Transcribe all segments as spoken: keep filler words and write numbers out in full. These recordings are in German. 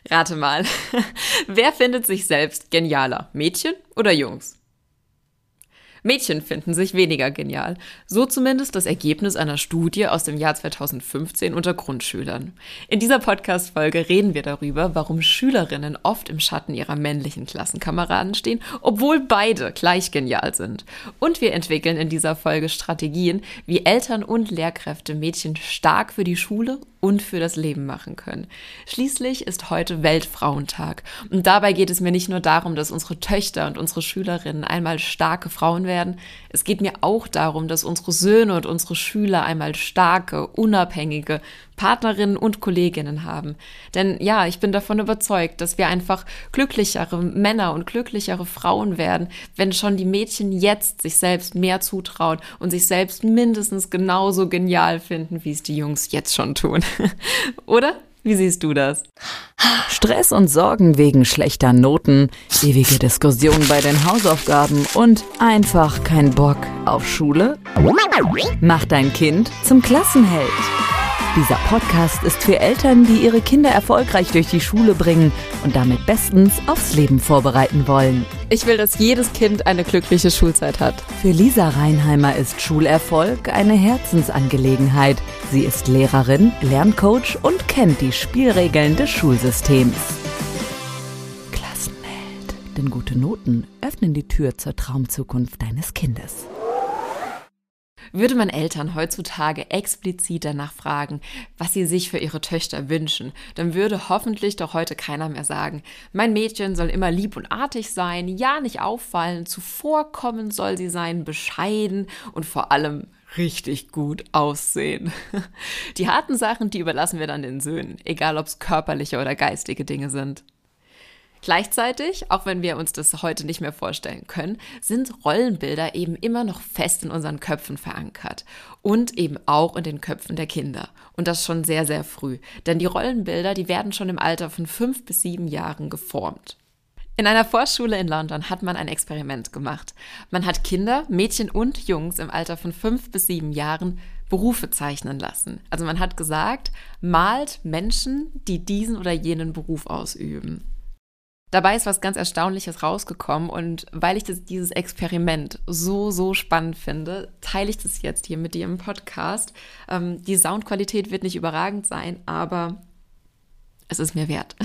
Rate mal, wer findet sich selbst genialer, Mädchen oder Jungs? Mädchen finden sich weniger genial. So zumindest das Ergebnis einer Studie aus dem Jahr zweitausendfünfzehn unter Grundschülern. In dieser Podcast-Folge reden wir darüber, warum Schülerinnen oft im Schatten ihrer männlichen Klassenkameraden stehen, obwohl beide gleich genial sind. Und wir entwickeln in dieser Folge Strategien, wie Eltern und Lehrkräfte Mädchen stark für die Schule und für das Leben machen können. Schließlich ist heute Weltfrauentag. Und dabei geht es mir nicht nur darum, dass unsere Töchter und unsere Schülerinnen einmal starke Frauen werden. Es geht mir auch darum, dass unsere Söhne und unsere Schüler einmal starke, unabhängige Partnerinnen und Kolleginnen haben. Denn ja, ich bin davon überzeugt, dass wir einfach glücklichere Männer und glücklichere Frauen werden, wenn schon die Mädchen jetzt sich selbst mehr zutrauen und sich selbst mindestens genauso genial finden, wie es die Jungs jetzt schon tun. Oder? Wie siehst du das? Stress und Sorgen wegen schlechter Noten, ewige Diskussionen bei den Hausaufgaben und einfach kein Bock auf Schule? Mach dein Kind zum Klassenheld. Dieser Podcast ist für Eltern, die ihre Kinder erfolgreich durch die Schule bringen und damit bestens aufs Leben vorbereiten wollen. Ich will, dass jedes Kind eine glückliche Schulzeit hat. Für Lisa Reinheimer ist Schulerfolg eine Herzensangelegenheit. Sie ist Lehrerin, Lerncoach und kennt die Spielregeln des Schulsystems. Klassenheld, denn gute Noten öffnen die Tür zur Traumzukunft deines Kindes. Würde man Eltern heutzutage explizit danach fragen, was sie sich für ihre Töchter wünschen, dann würde hoffentlich doch heute keiner mehr sagen, mein Mädchen soll immer lieb und artig sein, ja nicht auffallen, zuvorkommen soll sie sein, bescheiden und vor allem richtig gut aussehen. Die harten Sachen, die überlassen wir dann den Söhnen, egal ob es körperliche oder geistige Dinge sind. Gleichzeitig, auch wenn wir uns das heute nicht mehr vorstellen können, sind Rollenbilder eben immer noch fest in unseren Köpfen verankert und eben auch in den Köpfen der Kinder. Und das schon sehr, sehr früh. Denn die Rollenbilder, die werden schon im Alter von fünf bis sieben Jahren geformt. In einer Vorschule in London hat man ein Experiment gemacht. Man hat Kinder, Mädchen und Jungs im Alter von fünf bis sieben Jahren Berufe zeichnen lassen. Also man hat gesagt, malt Menschen, die diesen oder jenen Beruf ausüben. Dabei ist was ganz Erstaunliches rausgekommen und weil ich das, dieses Experiment so, so spannend finde, teile ich das jetzt hier mit dir im Podcast. Ähm, die Soundqualität wird nicht überragend sein, aber es ist mir wert.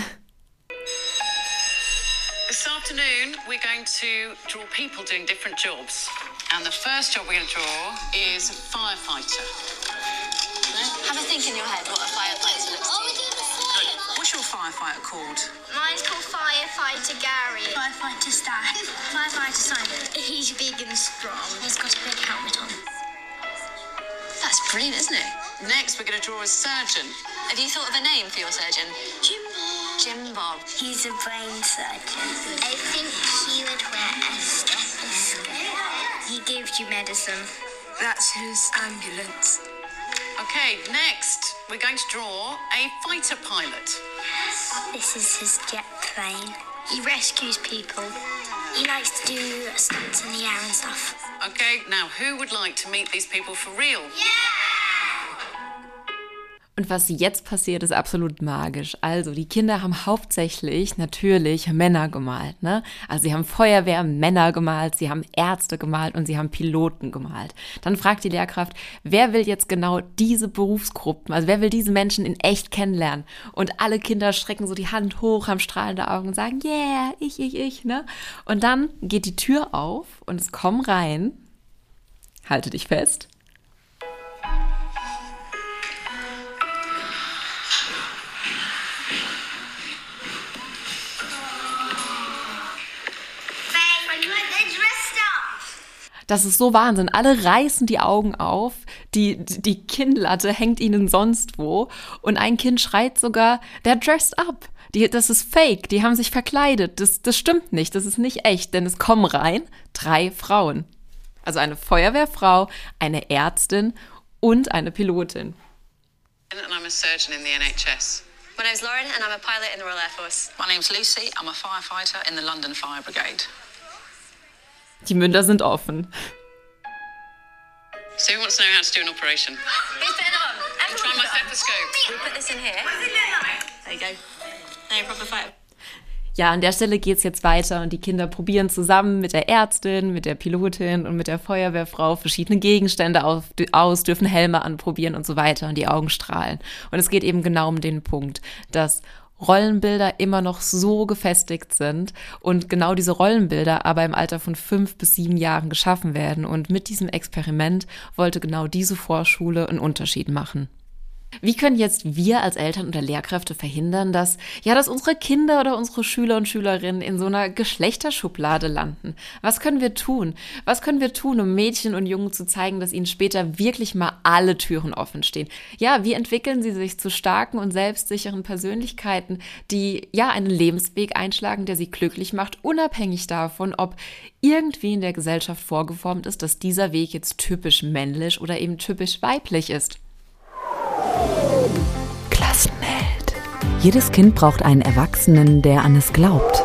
This afternoon we're going to draw people doing different jobs. And the first job we're going to draw is a firefighter. Have a think in your head what a firefighter looks like. What's your firefighter called? Mine's called Firefighter Gary. Firefighter Stan. Firefighter Simon. He's big and strong. He's got a big helmet on. That's brilliant, isn't it? Next, we're going to draw a surgeon. Have you thought of a name for your surgeon? Jim Bob. Jim Bob. He's a brain surgeon. I think he would wear a stethoscope. He gives you medicine. That's his ambulance. Okay, next, we're going to draw a fighter pilot. This is his jet plane. He rescues people. He likes to do stunts in the air and stuff. Okay, now who would like to meet these people for real? Und was jetzt passiert, ist absolut magisch. Also die Kinder haben hauptsächlich natürlich Männer gemalt, ne? Also sie haben Feuerwehrmänner gemalt, sie haben Ärzte gemalt und sie haben Piloten gemalt. Dann fragt die Lehrkraft, wer will jetzt genau diese Berufsgruppen, also wer will diese Menschen in echt kennenlernen? Und alle Kinder strecken so die Hand hoch, haben strahlende Augen und sagen, yeah, ich, ich, ich, ne? Und dann geht die Tür auf und es kommen rein, halte dich fest, das ist so Wahnsinn. Alle reißen die Augen auf, die, die Kinnlatte hängt ihnen sonst wo und ein Kind schreit sogar, they're dressed up. Die, das ist fake, die haben sich verkleidet. Das, das stimmt nicht, das ist nicht echt, denn es kommen rein drei Frauen. Also eine Feuerwehrfrau, eine Ärztin und eine Pilotin. And I'm a surgeon in the N H S. My name's Lauren and I'm a pilot in the Royal Air Force. My name's Lucy, I'm a firefighter in the London Fire Brigade. Die Münder sind offen. So who wants to know how to do an operation? Who's putting it on? I'll try my stethoscope. We put this in here. There you go. No, proper fight. Ja, an der Stelle geht's jetzt weiter und die Kinder probieren zusammen mit der Ärztin, mit der Pilotin und mit der Feuerwehrfrau verschiedene Gegenstände auf, aus, dürfen Helme anprobieren und so weiter und die Augen strahlen. Und es geht eben genau um den Punkt, dass Rollenbilder immer noch so gefestigt sind und genau diese Rollenbilder aber im Alter von fünf bis sieben Jahren geschaffen werden. Und mit diesem Experiment wollte genau diese Vorschule einen Unterschied machen. Wie können jetzt wir als Eltern oder Lehrkräfte verhindern, dass, ja, dass unsere Kinder oder unsere Schüler und Schülerinnen in so einer Geschlechterschublade landen? Was können wir tun? Was können wir tun, um Mädchen und Jungen zu zeigen, dass ihnen später wirklich mal alle Türen offen stehen? Ja, wie entwickeln sie sich zu starken und selbstsicheren Persönlichkeiten, die, ja, einen Lebensweg einschlagen, der sie glücklich macht, unabhängig davon, ob irgendwie in der Gesellschaft vorgeformt ist, dass dieser Weg jetzt typisch männlich oder eben typisch weiblich ist? Klassenheld. Jedes Kind braucht einen Erwachsenen, der an es glaubt.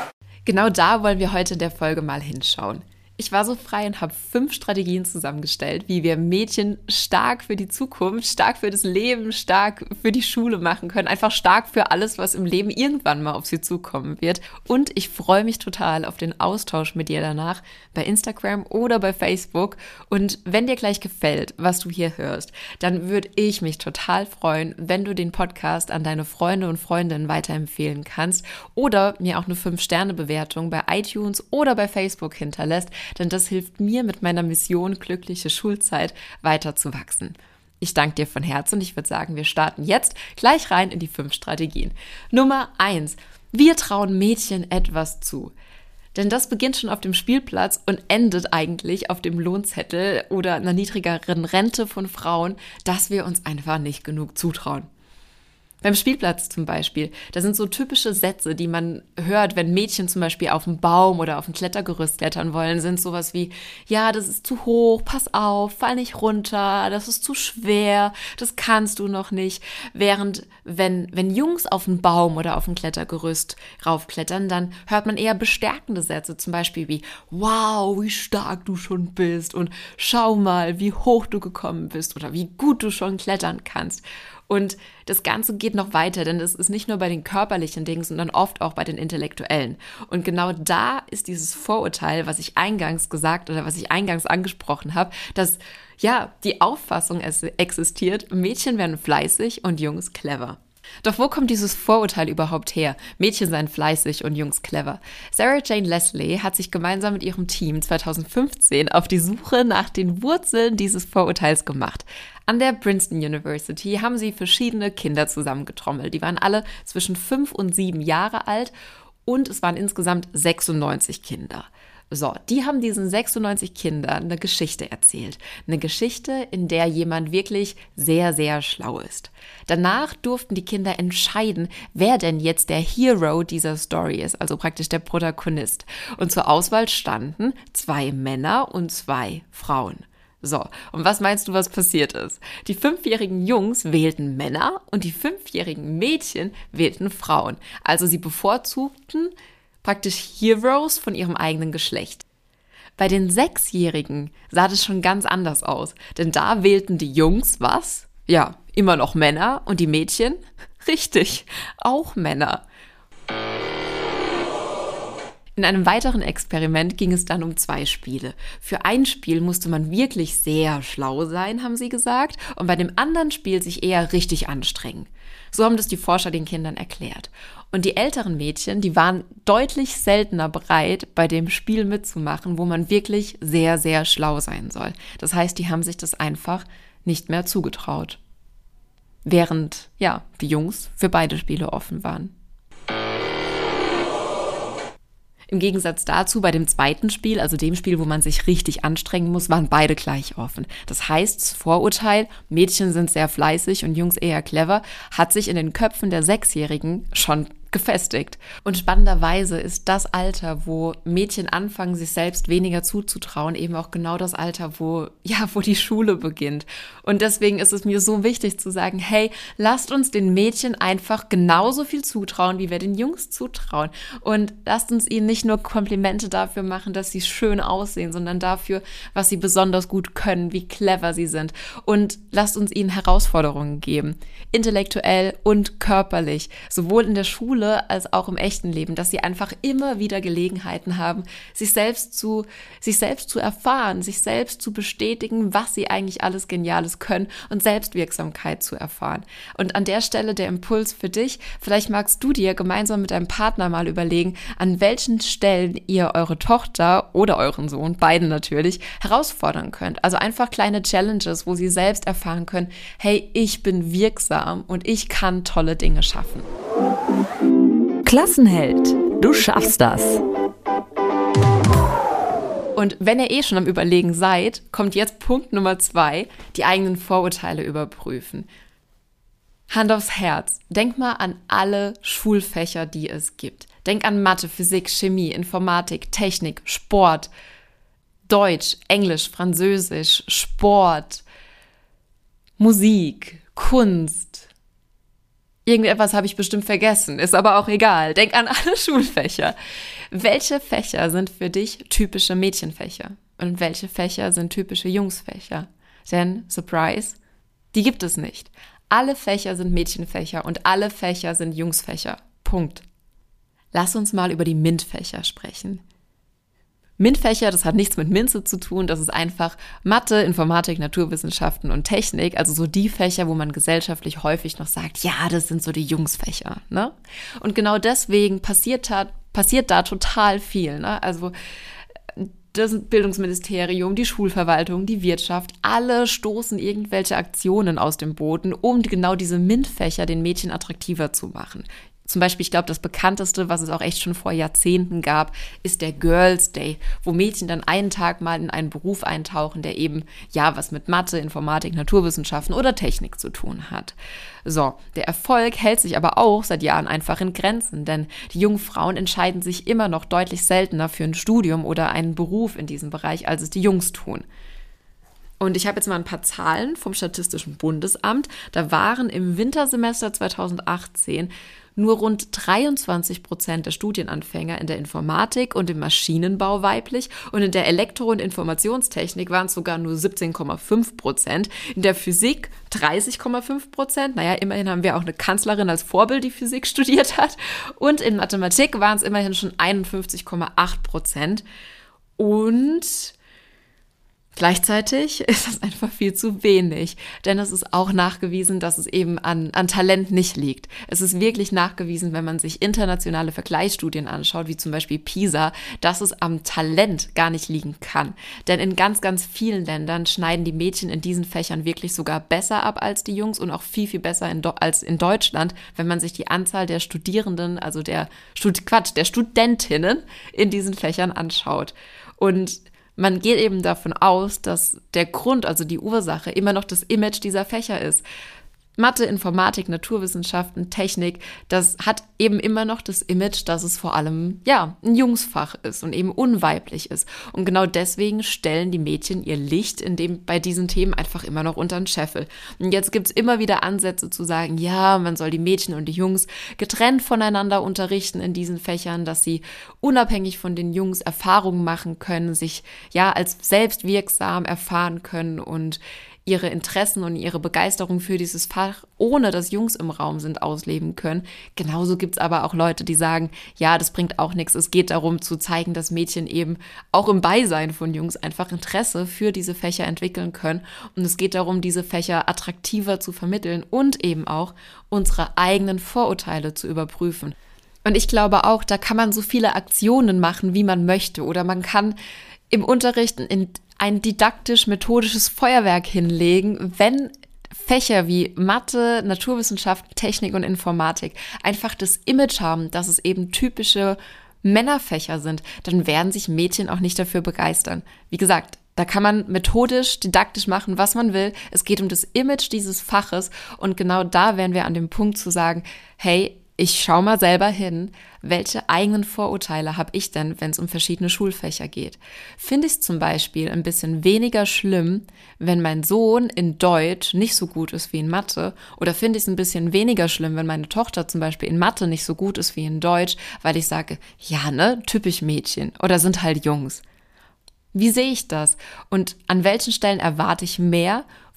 Genau da wollen wir heute in der Folge mal hinschauen. Ich war so frei und habe fünf Strategien zusammengestellt, wie wir Mädchen stark für die Zukunft, stark für das Leben, stark für die Schule machen können. Einfach stark für alles, was im Leben irgendwann mal auf sie zukommen wird. Und ich freue mich total auf den Austausch mit dir danach bei Instagram oder bei Facebook. Und wenn dir gleich gefällt, was du hier hörst, dann würde ich mich total freuen, wenn du den Podcast an deine Freunde und Freundinnen weiterempfehlen kannst oder mir auch eine fünf Sterne Bewertung bei iTunes oder bei Facebook hinterlässt. Denn das hilft mir mit meiner Mission glückliche Schulzeit weiter zu wachsen. Ich danke dir von Herzen und ich würde sagen, wir starten jetzt gleich rein in die fünf Strategien. Nummer eins. Wir trauen Mädchen etwas zu. Denn das beginnt schon auf dem Spielplatz und endet eigentlich auf dem Lohnzettel oder einer niedrigeren Rente von Frauen, dass wir uns einfach nicht genug zutrauen. Beim Spielplatz zum Beispiel, da sind so typische Sätze, die man hört, wenn Mädchen zum Beispiel auf einen Baum oder auf ein Klettergerüst klettern wollen, sind sowas wie, ja, das ist zu hoch, pass auf, fall nicht runter, das ist zu schwer, das kannst du noch nicht. Während wenn, wenn Jungs auf einen Baum oder auf ein Klettergerüst raufklettern, dann hört man eher bestärkende Sätze, zum Beispiel wie, wow, wie stark du schon bist und schau mal, wie hoch du gekommen bist oder wie gut du schon klettern kannst. Und das Ganze geht noch weiter, denn es ist nicht nur bei den körperlichen Dingen, sondern oft auch bei den intellektuellen. Und genau da ist dieses Vorurteil, was ich eingangs gesagt oder was ich eingangs angesprochen habe, dass ja die Auffassung existiert, Mädchen werden fleißig und Jungs clever. Doch wo kommt dieses Vorurteil überhaupt her? Mädchen seien fleißig und Jungs clever. Sarah Jane Leslie hat sich gemeinsam mit ihrem Team zwanzig fünfzehn auf die Suche nach den Wurzeln dieses Vorurteils gemacht. An der Princeton University haben sie verschiedene Kinder zusammengetrommelt. Die waren alle zwischen fünf und sieben Jahre alt und es waren insgesamt sechsundneunzig Kinder. So, die haben diesen sechsundneunzig Kindern eine Geschichte erzählt. Eine Geschichte, in der jemand wirklich sehr, sehr schlau ist. Danach durften die Kinder entscheiden, wer denn jetzt der Hero dieser Story ist, also praktisch der Protagonist. Und zur Auswahl standen zwei Männer und zwei Frauen. So, und was meinst du, was passiert ist? Die fünfjährigen Jungs wählten Männer und die fünfjährigen Mädchen wählten Frauen. Also sie bevorzugten praktisch Heroes von ihrem eigenen Geschlecht. Bei den Sechsjährigen sah das schon ganz anders aus, denn da wählten die Jungs was? Ja, immer noch Männer und die Mädchen? Richtig, auch Männer. In einem weiteren Experiment ging es dann um zwei Spiele. Für ein Spiel musste man wirklich sehr schlau sein, haben sie gesagt, und bei dem anderen Spiel sich eher richtig anstrengen. So haben das die Forscher den Kindern erklärt. Und die älteren Mädchen, die waren deutlich seltener bereit, bei dem Spiel mitzumachen, wo man wirklich sehr, sehr schlau sein soll. Das heißt, die haben sich das einfach nicht mehr zugetraut. Während, ja, die Jungs für beide Spiele offen waren. Im Gegensatz dazu, bei dem zweiten Spiel, also dem Spiel, wo man sich richtig anstrengen muss, waren beide gleich offen. Das heißt, das Vorurteil, Mädchen sind sehr fleißig und Jungs eher clever, hat sich in den Köpfen der Sechsjährigen schon gefestigt. Und spannenderweise ist das Alter, wo Mädchen anfangen, sich selbst weniger zuzutrauen, eben auch genau das Alter, wo, ja, wo die Schule beginnt. Und deswegen ist es mir so wichtig zu sagen, hey, lasst uns den Mädchen einfach genauso viel zutrauen, wie wir den Jungs zutrauen. Und lasst uns ihnen nicht nur Komplimente dafür machen, dass sie schön aussehen, sondern dafür, was sie besonders gut können, wie clever sie sind. Und lasst uns ihnen Herausforderungen geben, intellektuell und körperlich, sowohl in der Schule Schule als auch im echten Leben, dass sie einfach immer wieder Gelegenheiten haben, sich selbst zu, sich selbst zu erfahren, sich selbst zu bestätigen, was sie eigentlich alles Geniales können und Selbstwirksamkeit zu erfahren. Und an der Stelle der Impuls für dich, vielleicht magst du dir gemeinsam mit deinem Partner mal überlegen, an welchen Stellen ihr eure Tochter oder euren Sohn, beiden natürlich, herausfordern könnt. Also einfach kleine Challenges, wo sie selbst erfahren können, hey, ich bin wirksam und ich kann tolle Dinge schaffen. Klassenheld, du schaffst das. Und wenn ihr eh schon am Überlegen seid, kommt jetzt Punkt Nummer zwei, die eigenen Vorurteile überprüfen. Hand aufs Herz, denk mal an alle Schulfächer, die es gibt. Denk an Mathe, Physik, Chemie, Informatik, Technik, Sport, Deutsch, Englisch, Französisch, Sport, Musik, Kunst. Irgendetwas habe ich bestimmt vergessen, ist aber auch egal. Denk an alle Schulfächer. Welche Fächer sind für dich typische Mädchenfächer? Und welche Fächer sind typische Jungsfächer? Denn, Surprise, die gibt es nicht. Alle Fächer sind Mädchenfächer und alle Fächer sind Jungsfächer. Punkt. Lass uns mal über die MINT-Fächer sprechen. MINT-Fächer, das hat nichts mit Minze zu tun, das ist einfach Mathe, Informatik, Naturwissenschaften und Technik, also so die Fächer, wo man gesellschaftlich häufig noch sagt, ja, das sind so die Jungsfächer, ne? Und genau deswegen passiert da, passiert da total viel, ne? Also das Bildungsministerium, die Schulverwaltung, die Wirtschaft, alle stoßen irgendwelche Aktionen aus dem Boden, um genau diese MINT-Fächer den Mädchen attraktiver zu machen. Zum Beispiel, ich glaube, das bekannteste, was es auch echt schon vor Jahrzehnten gab, ist der Girls Day, wo Mädchen dann einen Tag mal in einen Beruf eintauchen, der eben, ja, was mit Mathe, Informatik, Naturwissenschaften oder Technik zu tun hat. So, der Erfolg hält sich aber auch seit Jahren einfach in Grenzen, denn die jungen Frauen entscheiden sich immer noch deutlich seltener für ein Studium oder einen Beruf in diesem Bereich, als es die Jungs tun. Und ich habe jetzt mal ein paar Zahlen vom Statistischen Bundesamt. Da waren im Wintersemester zweitausendachtzehn nur rund dreiundzwanzig Prozent der Studienanfänger in der Informatik und im Maschinenbau weiblich und in der Elektro- und Informationstechnik waren es sogar nur siebzehn Komma fünf Prozent, in der Physik dreißig Komma fünf Prozent, naja, immerhin haben wir auch eine Kanzlerin als Vorbild, die Physik studiert hat, und in Mathematik waren es immerhin schon einundfünfzig Komma acht Prozent und gleichzeitig ist das einfach viel zu wenig, denn es ist auch nachgewiesen, dass es eben an, an Talent nicht liegt. Es ist wirklich nachgewiesen, wenn man sich internationale Vergleichsstudien anschaut, wie zum Beispiel PISA, dass es am Talent gar nicht liegen kann. Denn in ganz, ganz vielen Ländern schneiden die Mädchen in diesen Fächern wirklich sogar besser ab als die Jungs und auch viel, viel besser in Do- als in Deutschland, wenn man sich die Anzahl der Studierenden, also der Stud- Quatsch, der Studentinnen in diesen Fächern anschaut. Und man geht eben davon aus, dass der Grund, also die Ursache, immer noch das Image dieser Fächer ist. Mathe, Informatik, Naturwissenschaften, Technik, das hat eben immer noch das Image, dass es vor allem, ja, ein Jungsfach ist und eben unweiblich ist. Und genau deswegen stellen die Mädchen ihr Licht in dem, bei diesen Themen einfach immer noch unter den Scheffel. Und jetzt gibt's immer wieder Ansätze zu sagen, ja, man soll die Mädchen und die Jungs getrennt voneinander unterrichten in diesen Fächern, dass sie unabhängig von den Jungs Erfahrungen machen können, sich ja als selbstwirksam erfahren können und ihre Interessen und ihre Begeisterung für dieses Fach, ohne dass Jungs im Raum sind, ausleben können. Genauso gibt es aber auch Leute, die sagen, ja, das bringt auch nichts. Es geht darum zu zeigen, dass Mädchen eben auch im Beisein von Jungs einfach Interesse für diese Fächer entwickeln können. Und es geht darum, diese Fächer attraktiver zu vermitteln und eben auch unsere eigenen Vorurteile zu überprüfen. Und ich glaube auch, da kann man so viele Aktionen machen, wie man möchte. Oder man kann im Unterricht in ein didaktisch-methodisches Feuerwerk hinlegen, wenn Fächer wie Mathe, Naturwissenschaften, Technik und Informatik einfach das Image haben, dass es eben typische Männerfächer sind, dann werden sich Mädchen auch nicht dafür begeistern. Wie gesagt, da kann man methodisch, didaktisch machen, was man will. Es geht um das Image dieses Faches und genau da wären wir an dem Punkt zu sagen, hey, ich schau mal selber hin, welche eigenen Vorurteile habe ich denn, wenn es um verschiedene Schulfächer geht. Finde ich es zum Beispiel ein bisschen weniger schlimm, wenn mein Sohn in Deutsch nicht so gut ist wie in Mathe? Oder finde ich es ein bisschen weniger schlimm, wenn meine Tochter zum Beispiel in Mathe nicht so gut ist wie in Deutsch, weil ich sage, ja, ne, typisch Mädchen oder sind halt Jungs. Wie sehe ich das? Und an welchen Stellen erwarte ich mehr?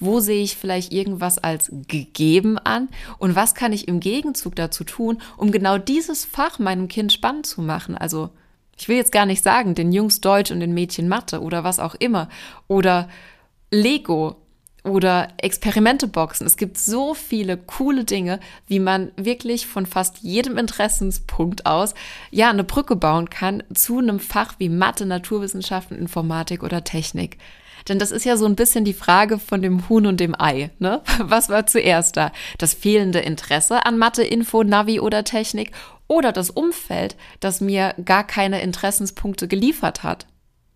Wo sehe ich vielleicht irgendwas als gegeben an? Und was kann ich im Gegenzug dazu tun, um genau dieses Fach meinem Kind spannend zu machen? Also ich will jetzt gar nicht sagen, den Jungs Deutsch und den Mädchen Mathe oder was auch immer. Oder Lego oder Experimenteboxen. Es gibt so viele coole Dinge, wie man wirklich von fast jedem Interessenspunkt aus ja eine Brücke bauen kann zu einem Fach wie Mathe, Naturwissenschaften, Informatik oder Technik. Denn das ist ja so ein bisschen die Frage von dem Huhn und dem Ei, ne? Was war zuerst da? Das fehlende Interesse an Mathe, Info, Navi oder Technik oder das Umfeld, das mir gar keine Interessenspunkte geliefert hat?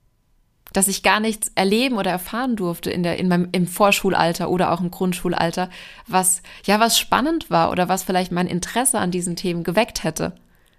Dass ich gar nichts erleben oder erfahren durfte in der, in meinem, im Vorschulalter oder auch im Grundschulalter, was, ja, was spannend war oder was vielleicht mein Interesse an diesen Themen geweckt hätte.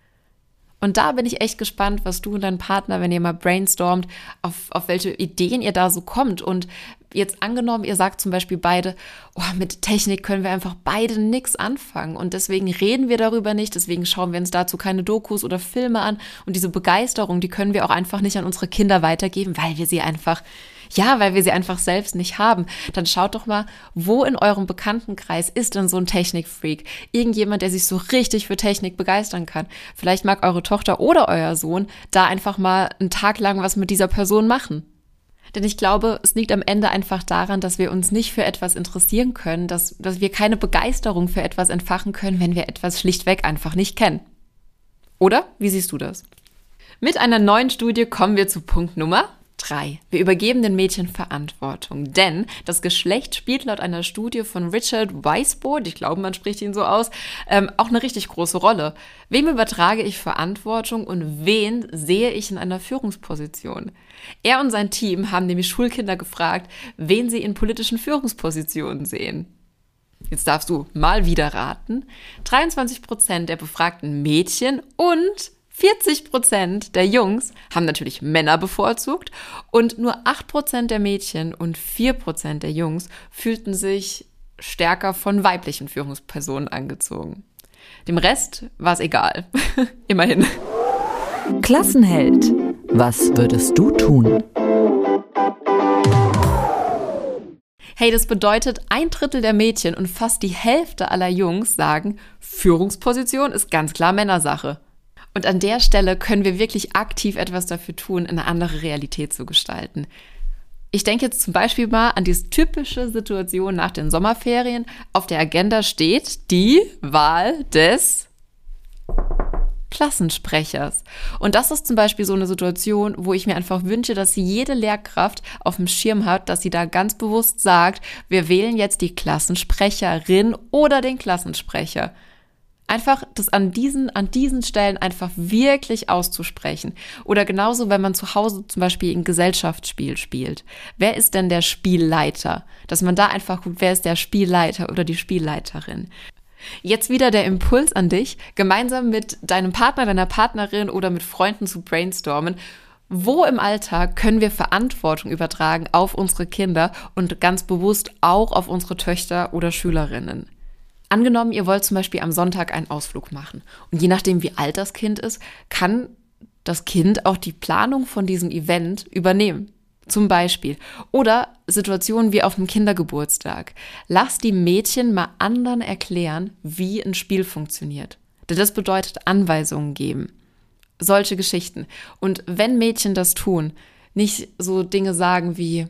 Und da bin ich echt gespannt, was du und dein Partner, wenn ihr mal brainstormt, auf, auf welche Ideen ihr da so kommt. Und jetzt angenommen, ihr sagt zum Beispiel beide, oh, mit Technik können wir einfach beide nichts anfangen. Und deswegen reden wir darüber nicht, deswegen schauen wir uns dazu keine Dokus oder Filme an. Und diese Begeisterung, die können wir auch einfach nicht an unsere Kinder weitergeben, weil wir sie einfach, ja, weil wir sie einfach selbst nicht haben. Dann schaut doch mal, wo in eurem Bekanntenkreis ist denn so ein Technikfreak? Irgendjemand, der sich so richtig für Technik begeistern kann. Vielleicht mag eure Tochter oder euer Sohn da einfach mal einen Tag lang was mit dieser Person machen. Denn ich glaube, es liegt am Ende einfach daran, dass wir uns nicht für etwas interessieren können, dass, dass wir keine Begeisterung für etwas entfachen können, wenn wir etwas schlichtweg einfach nicht kennen. Oder? Wie siehst du das? Mit einer neuen Studie kommen wir zu Punkt Nummer drei. Wir übergeben den Mädchen Verantwortung, denn das Geschlecht spielt laut einer Studie von Richard Weisbrod, ich glaube, man spricht ihn so aus, ähm, auch eine richtig große Rolle. Wem übertrage ich Verantwortung und wen sehe ich in einer Führungsposition? Er und sein Team haben nämlich Schulkinder gefragt, wen sie in politischen Führungspositionen sehen. Jetzt darfst du mal wieder raten. dreiundzwanzig Prozent der befragten Mädchen und vierzig Prozent der Jungs haben natürlich Männer bevorzugt und nur acht Prozent der Mädchen und vier Prozent der Jungs fühlten sich stärker von weiblichen Führungspersonen angezogen. Dem Rest war es egal. Immerhin. Klassenheld. Was würdest du tun? Hey, das bedeutet, ein Drittel der Mädchen und fast die Hälfte aller Jungs sagen, Führungsposition ist ganz klar Männersache. Und an der Stelle können wir wirklich aktiv etwas dafür tun, eine andere Realität zu gestalten. Ich denke jetzt zum Beispiel mal an diese typische Situation nach den Sommerferien. Auf der Agenda steht die Wahl des Klassensprechers. Und das ist zum Beispiel so eine Situation, wo ich mir einfach wünsche, dass jede Lehrkraft auf dem Schirm hat, dass sie da ganz bewusst sagt, wir wählen jetzt die Klassensprecherin oder den Klassensprecher. Einfach das an diesen, an diesen Stellen einfach wirklich auszusprechen. Oder genauso, wenn man zu Hause zum Beispiel ein Gesellschaftsspiel spielt. Wer ist denn der Spielleiter? Dass man da einfach guckt, wer ist der Spielleiter oder die Spielleiterin? Jetzt wieder der Impuls an dich, gemeinsam mit deinem Partner, deiner Partnerin oder mit Freunden zu brainstormen. Wo im Alltag können wir Verantwortung übertragen auf unsere Kinder und ganz bewusst auch auf unsere Töchter oder Schülerinnen? Angenommen, ihr wollt zum Beispiel am Sonntag einen Ausflug machen. Und je nachdem, wie alt das Kind ist, kann das Kind auch die Planung von diesem Event übernehmen. Zum Beispiel. Oder Situationen wie auf einem Kindergeburtstag. Lass die Mädchen mal anderen erklären, wie ein Spiel funktioniert. Denn das bedeutet Anweisungen geben. Solche Geschichten. Und wenn Mädchen das tun, nicht so Dinge sagen wie,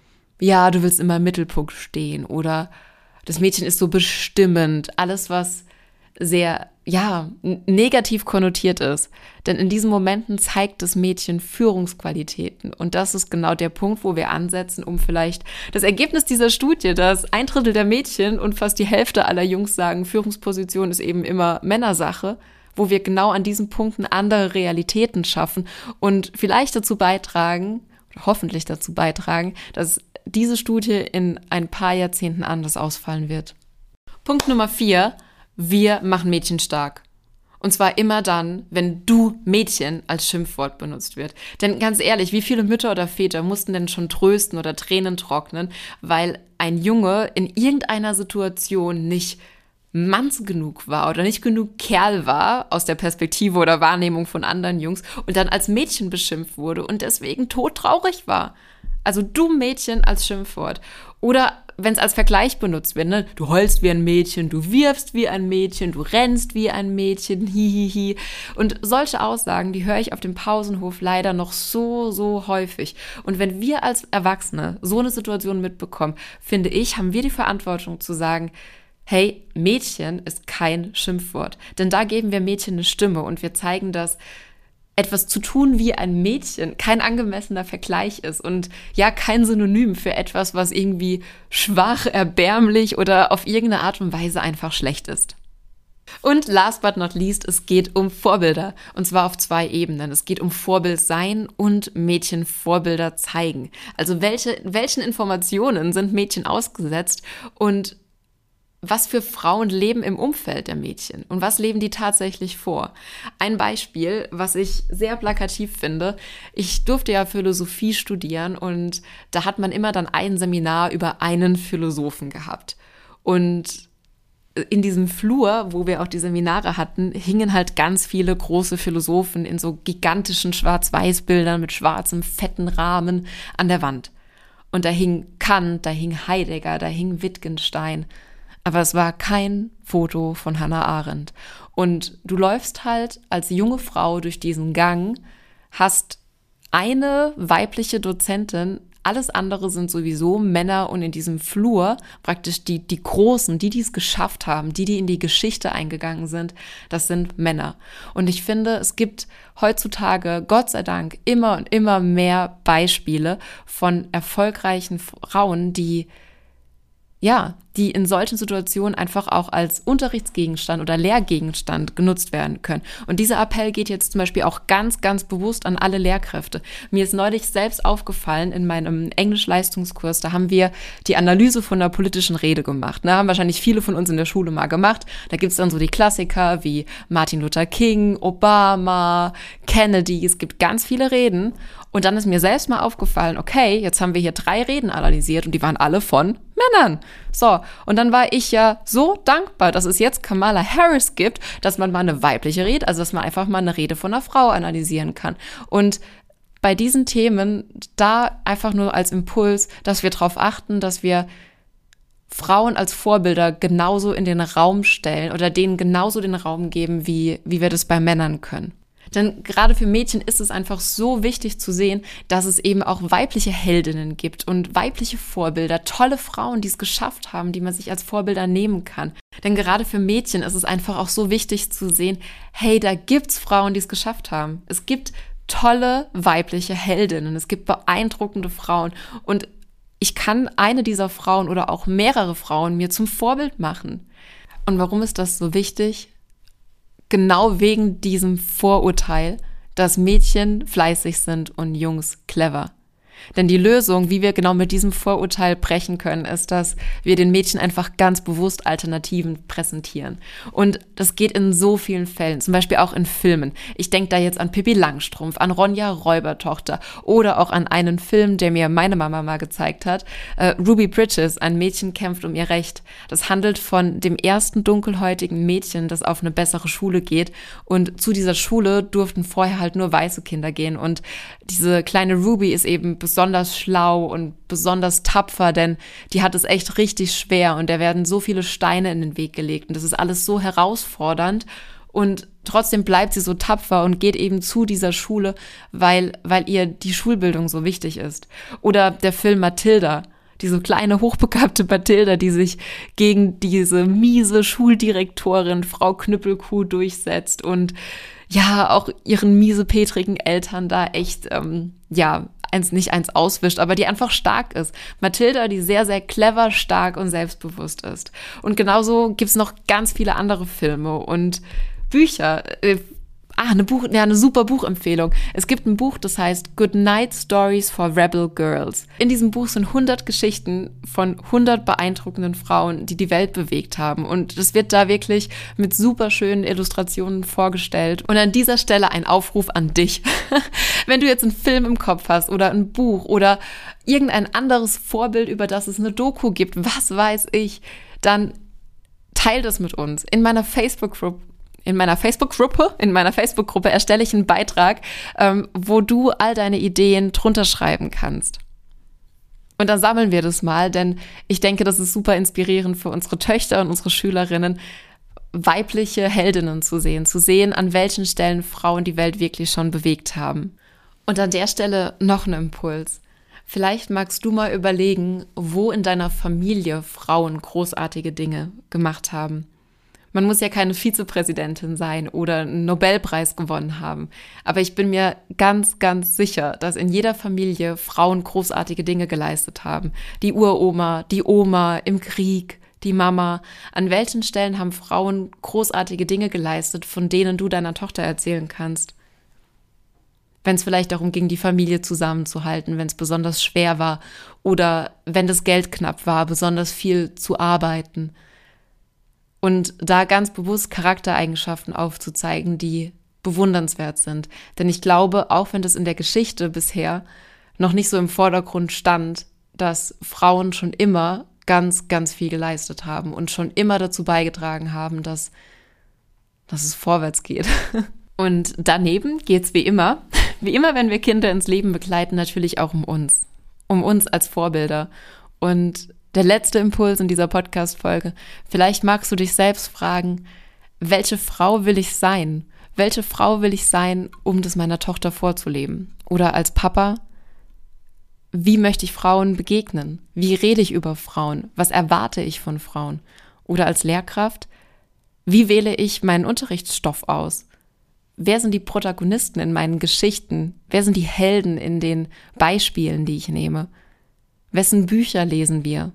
ja, du willst immer im Mittelpunkt stehen oder das Mädchen ist so bestimmend, alles, was sehr, ja, negativ konnotiert ist. Denn in diesen Momenten zeigt das Mädchen Führungsqualitäten. Und das ist genau der Punkt, wo wir ansetzen, um vielleicht das Ergebnis dieser Studie, dass ein Drittel der Mädchen und fast die Hälfte aller Jungs sagen, Führungsposition ist eben immer Männersache, wo wir genau an diesen Punkten andere Realitäten schaffen und vielleicht dazu beitragen, oder hoffentlich dazu beitragen, dass diese Studie in ein paar Jahrzehnten anders ausfallen wird. Punkt Nummer vier. Wir machen Mädchen stark. Und zwar immer dann, wenn du Mädchen als Schimpfwort benutzt wird. Denn ganz ehrlich, wie viele Mütter oder Väter mussten denn schon trösten oder Tränen trocknen, weil ein Junge in irgendeiner Situation nicht Manns genug war oder nicht genug Kerl war aus der Perspektive oder Wahrnehmung von anderen Jungs und dann als Mädchen beschimpft wurde und deswegen todtraurig war. Also du Mädchen als Schimpfwort. Oder wenn es als Vergleich benutzt wird, ne? Du heulst wie ein Mädchen, du wirfst wie ein Mädchen, du rennst wie ein Mädchen, hihihi. Und solche Aussagen, die höre ich auf dem Pausenhof leider noch so, so häufig. Und wenn wir als Erwachsene so eine Situation mitbekommen, finde ich, haben wir die Verantwortung zu sagen, hey, Mädchen ist kein Schimpfwort. Denn da geben wir Mädchen eine Stimme und wir zeigen, dass etwas zu tun wie ein Mädchen kein angemessener Vergleich ist und ja, kein Synonym für etwas, was irgendwie schwach, erbärmlich oder auf irgendeine Art und Weise einfach schlecht ist. Und last but not least, es geht um Vorbilder. Und zwar auf zwei Ebenen. Es geht um Vorbild sein und Mädchen Vorbilder zeigen. Also welche, welchen Informationen sind Mädchen ausgesetzt und was für Frauen leben im Umfeld der Mädchen und was leben die tatsächlich vor? Ein Beispiel, was ich sehr plakativ finde, ich durfte ja Philosophie studieren und da hat man immer dann ein Seminar über einen Philosophen gehabt. Und in diesem Flur, wo wir auch die Seminare hatten, hingen halt ganz viele große Philosophen in so gigantischen Schwarz-Weiß-Bildern mit schwarzem, fetten Rahmen an der Wand. Und da hing Kant, da hing Heidegger, da hing Wittgenstein. Aber es war kein Foto von Hannah Arendt. Und du läufst halt als junge Frau durch diesen Gang, hast eine weibliche Dozentin, alles andere sind sowieso Männer und in diesem Flur praktisch die, die Großen, die, die es geschafft haben, die, die in die Geschichte eingegangen sind, das sind Männer. Und ich finde, es gibt heutzutage, Gott sei Dank, immer und immer mehr Beispiele von erfolgreichen Frauen, die ja, die in solchen Situationen einfach auch als Unterrichtsgegenstand oder Lehrgegenstand genutzt werden können. Und dieser Appell geht jetzt zum Beispiel auch ganz, ganz bewusst an alle Lehrkräfte. Mir ist neulich selbst aufgefallen in meinem Englisch-Leistungskurs, da haben wir die Analyse von einer politischen Rede gemacht. Ne? Haben wahrscheinlich viele von uns in der Schule mal gemacht. Da gibt's dann so die Klassiker wie Martin Luther King, Obama, Kennedy. Es gibt ganz viele Reden. Und dann ist mir selbst mal aufgefallen, okay, jetzt haben wir hier drei Reden analysiert und die waren alle von Männern. So, und dann war ich ja so dankbar, dass es jetzt Kamala Harris gibt, dass man mal eine weibliche Rede, also dass man einfach mal eine Rede von einer Frau analysieren kann. Und bei diesen Themen da einfach nur als Impuls, dass wir darauf achten, dass wir Frauen als Vorbilder genauso in den Raum stellen oder denen genauso den Raum geben, wie, wie wir das bei Männern können. Denn gerade für Mädchen ist es einfach so wichtig zu sehen, dass es eben auch weibliche Heldinnen gibt und weibliche Vorbilder, tolle Frauen, die es geschafft haben, die man sich als Vorbilder nehmen kann. Denn gerade für Mädchen ist es einfach auch so wichtig zu sehen, hey, da gibt's Frauen, die es geschafft haben. Es gibt tolle weibliche Heldinnen, es gibt beeindruckende Frauen und ich kann eine dieser Frauen oder auch mehrere Frauen mir zum Vorbild machen. Und warum ist das so wichtig? Genau wegen diesem Vorurteil, dass Mädchen fleißig sind und Jungs clever. Denn die Lösung, wie wir genau mit diesem Vorurteil brechen können, ist, dass wir den Mädchen einfach ganz bewusst Alternativen präsentieren. Und das geht in so vielen Fällen, zum Beispiel auch in Filmen. Ich denke da jetzt an Pippi Langstrumpf, an Ronja Räubertochter oder auch an einen Film, der mir meine Mama mal gezeigt hat. Äh, Ruby Bridges, ein Mädchen kämpft um ihr Recht. Das handelt von dem ersten dunkelhäutigen Mädchen, das auf eine bessere Schule geht. Und zu dieser Schule durften vorher halt nur weiße Kinder gehen. Und diese kleine Ruby ist eben besonders schlau und besonders tapfer, denn die hat es echt richtig schwer und der werden so viele Steine in den Weg gelegt und das ist alles so herausfordernd und trotzdem bleibt sie so tapfer und geht eben zu dieser Schule, weil, weil ihr die Schulbildung so wichtig ist. Oder der Film Mathilda, diese kleine, hochbegabte Mathilda, die sich gegen diese miese Schuldirektorin Frau Knüppelkuh durchsetzt und ja, auch ihren miesepetrigen Eltern da echt, ähm, ja, eins nicht eins auswischt, aber die einfach stark ist. Mathilda, die sehr, sehr clever, stark und selbstbewusst ist. Und genauso gibt's noch ganz viele andere Filme und Bücher. Äh, ah, eine Buch, ja, eine super Buchempfehlung. Es gibt ein Buch, das heißt Good Night Stories for Rebel Girls. In diesem Buch sind hundert Geschichten von hundert beeindruckenden Frauen, die die Welt bewegt haben. Und das wird da wirklich mit super schönen Illustrationen vorgestellt. Und an dieser Stelle ein Aufruf an dich. Wenn du jetzt einen Film im Kopf hast oder ein Buch oder irgendein anderes Vorbild, über das es eine Doku gibt, was weiß ich, dann teil das mit uns. In meiner Facebook-Gruppe In meiner Facebook-Gruppe, in meiner Facebook-Gruppe erstelle ich einen Beitrag, ähm, wo du all deine Ideen drunter schreiben kannst. Und dann sammeln wir das mal, denn ich denke, das ist super inspirierend für unsere Töchter und unsere Schülerinnen, weibliche Heldinnen zu sehen, zu sehen, an welchen Stellen Frauen die Welt wirklich schon bewegt haben. Und an der Stelle noch ein Impuls. Vielleicht magst du mal überlegen, wo in deiner Familie Frauen großartige Dinge gemacht haben. Man muss ja keine Vizepräsidentin sein oder einen Nobelpreis gewonnen haben. Aber ich bin mir ganz, ganz sicher, dass in jeder Familie Frauen großartige Dinge geleistet haben. Die Uroma, die Oma im Krieg, die Mama. An welchen Stellen haben Frauen großartige Dinge geleistet, von denen du deiner Tochter erzählen kannst? Wenn es vielleicht darum ging, die Familie zusammenzuhalten, wenn es besonders schwer war oder wenn das Geld knapp war, besonders viel zu arbeiten. Und da ganz bewusst Charaktereigenschaften aufzuzeigen, die bewundernswert sind. Denn ich glaube, auch wenn das in der Geschichte bisher noch nicht so im Vordergrund stand, dass Frauen schon immer ganz, ganz viel geleistet haben und schon immer dazu beigetragen haben, dass, dass es vorwärts geht. Und daneben geht's wie immer, wie immer, wenn wir Kinder ins Leben begleiten, natürlich auch um uns. Um uns als Vorbilder. Und der letzte Impuls in dieser Podcast-Folge. Vielleicht magst du dich selbst fragen, welche Frau will ich sein? Welche Frau will ich sein, um das meiner Tochter vorzuleben? Oder als Papa, wie möchte ich Frauen begegnen? Wie rede ich über Frauen? Was erwarte ich von Frauen? Oder als Lehrkraft, wie wähle ich meinen Unterrichtsstoff aus? Wer sind die Protagonisten in meinen Geschichten? Wer sind die Helden in den Beispielen, die ich nehme? Wessen Bücher lesen wir?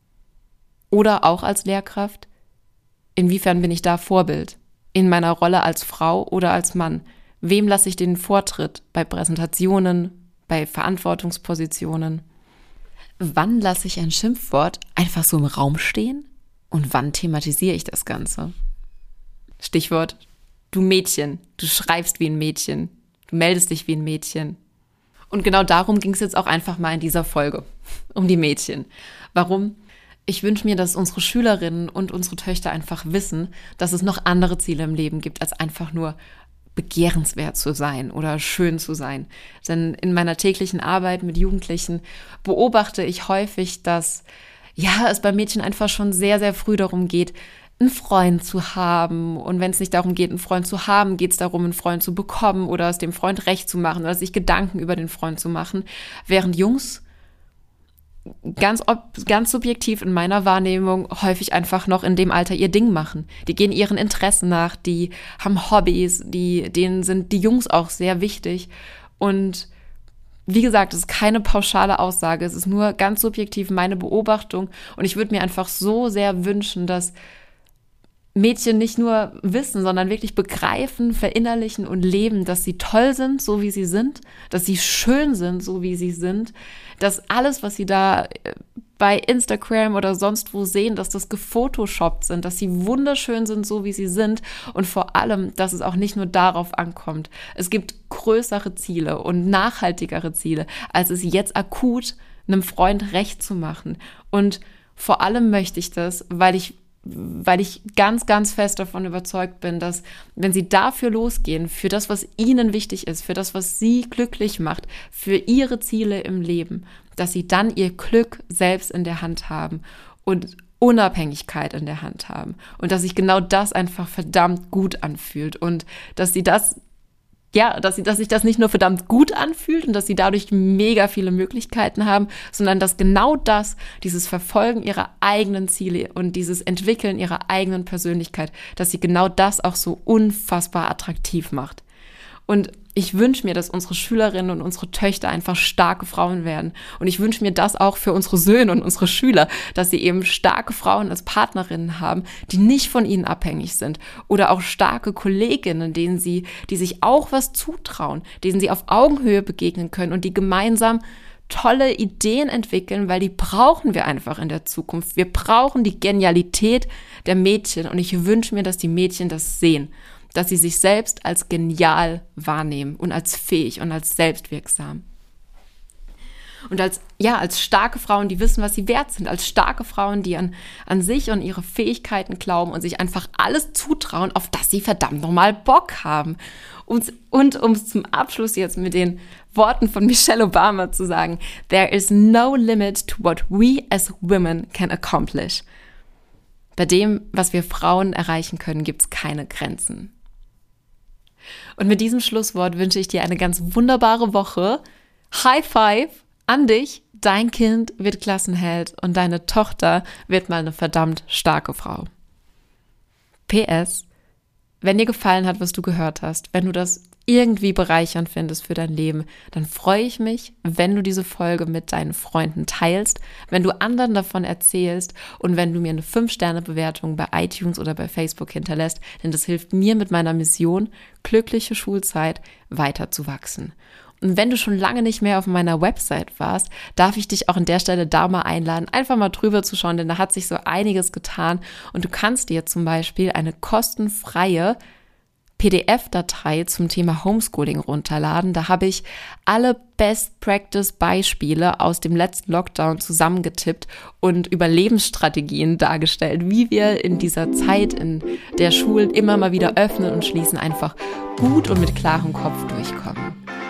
Oder auch als Lehrkraft, inwiefern bin ich da Vorbild? In meiner Rolle als Frau oder als Mann? Wem lasse ich den Vortritt bei Präsentationen, bei Verantwortungspositionen? Wann lasse ich ein Schimpfwort einfach so im Raum stehen? Und wann thematisiere ich das Ganze? Stichwort, du Mädchen, du schreibst wie ein Mädchen, du meldest dich wie ein Mädchen. Und genau darum ging es jetzt auch einfach mal in dieser Folge, um die Mädchen. Warum? Ich wünsche mir, dass unsere Schülerinnen und unsere Töchter einfach wissen, dass es noch andere Ziele im Leben gibt, als einfach nur begehrenswert zu sein oder schön zu sein. Denn in meiner täglichen Arbeit mit Jugendlichen beobachte ich häufig, dass ja, es bei Mädchen einfach schon sehr, sehr früh darum geht, einen Freund zu haben. Und wenn es nicht darum geht, einen Freund zu haben, geht es darum, einen Freund zu bekommen oder es dem Freund recht zu machen oder sich Gedanken über den Freund zu machen. Während Jungs ganz, ganz subjektiv in meiner Wahrnehmung häufig einfach noch in dem Alter ihr Ding machen. Die gehen ihren Interessen nach, die haben Hobbys, die, denen sind die Jungs auch sehr wichtig. Und wie gesagt, es ist keine pauschale Aussage, es ist nur ganz subjektiv meine Beobachtung. Und ich würde mir einfach so sehr wünschen, dass Mädchen nicht nur wissen, sondern wirklich begreifen, verinnerlichen und leben, dass sie toll sind, so wie sie sind, dass sie schön sind, so wie sie sind, dass alles, was sie da bei Instagram oder sonst wo sehen, dass das gefotoshoppt sind, dass sie wunderschön sind, so wie sie sind und vor allem, dass es auch nicht nur darauf ankommt. Es gibt größere Ziele und nachhaltigere Ziele, als es jetzt akut einem Freund recht zu machen. Und vor allem möchte ich das, weil ich weil ich ganz, ganz fest davon überzeugt bin, dass wenn sie dafür losgehen, für das, was ihnen wichtig ist, für das, was sie glücklich macht, für ihre Ziele im Leben, dass sie dann ihr Glück selbst in der Hand haben und Unabhängigkeit in der Hand haben und dass sich genau das einfach verdammt gut anfühlt und dass sie das Ja, dass, sie, dass sich das nicht nur verdammt gut anfühlt und dass sie dadurch mega viele Möglichkeiten haben, sondern dass genau das, dieses Verfolgen ihrer eigenen Ziele und dieses Entwickeln ihrer eigenen Persönlichkeit, dass sie genau das auch so unfassbar attraktiv macht. Und ich wünsche mir, dass unsere Schülerinnen und unsere Töchter einfach starke Frauen werden. Und ich wünsche mir das auch für unsere Söhne und unsere Schüler, dass sie eben starke Frauen als Partnerinnen haben, die nicht von ihnen abhängig sind. Oder auch starke Kolleginnen, denen sie, die sich auch was zutrauen, denen sie auf Augenhöhe begegnen können und die gemeinsam tolle Ideen entwickeln, weil die brauchen wir einfach in der Zukunft. Wir brauchen die Genialität der Mädchen und ich wünsche mir, dass die Mädchen das sehen, dass sie sich selbst als genial wahrnehmen und als fähig und als selbstwirksam. Und als, ja, als starke Frauen, die wissen, was sie wert sind, als starke Frauen, die an, an sich und ihre Fähigkeiten glauben und sich einfach alles zutrauen, auf das sie verdammt nochmal Bock haben. Und, und um es zum Abschluss jetzt mit den Worten von Michelle Obama zu sagen, there is no limit to what we as women can accomplish. Bei dem, was wir Frauen erreichen können, gibt es keine Grenzen. Und mit diesem Schlusswort wünsche ich dir eine ganz wunderbare Woche. High five an dich. Dein Kind wird Klassenheld und deine Tochter wird mal eine verdammt starke Frau. P S. Wenn dir gefallen hat, was du gehört hast, wenn du das irgendwie bereichernd findest für dein Leben, dann freue ich mich, wenn du diese Folge mit deinen Freunden teilst, wenn du anderen davon erzählst und wenn du mir eine fünf Sterne Bewertung bei iTunes oder bei Facebook hinterlässt, denn das hilft mir mit meiner Mission, glückliche Schulzeit, weiter zu wachsen. Und wenn du schon lange nicht mehr auf meiner Website warst, darf ich dich auch an der Stelle da mal einladen, einfach mal drüber zu schauen, denn da hat sich so einiges getan und du kannst dir zum Beispiel eine kostenfreie P D F-Datei zum Thema Homeschooling runterladen. Da habe ich alle Best-Practice-Beispiele aus dem letzten Lockdown zusammengetippt und Überlebensstrategien dargestellt, wie wir in dieser Zeit, in der Schulen immer mal wieder öffnen und schließen, einfach gut und mit klarem Kopf durchkommen.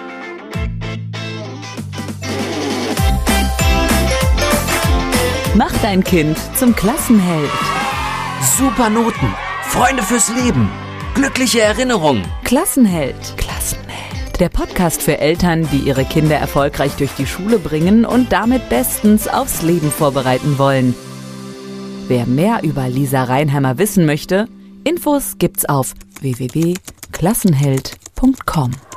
Mach dein Kind zum Klassenheld. Super Noten, Freunde fürs Leben, glückliche Erinnerungen. Klassenheld. Klassenheld. Der Podcast für Eltern, die ihre Kinder erfolgreich durch die Schule bringen und damit bestens aufs Leben vorbereiten wollen. Wer mehr über Lisa Reinheimer wissen möchte, Infos gibt's auf w w w punkt klassenheld punkt com.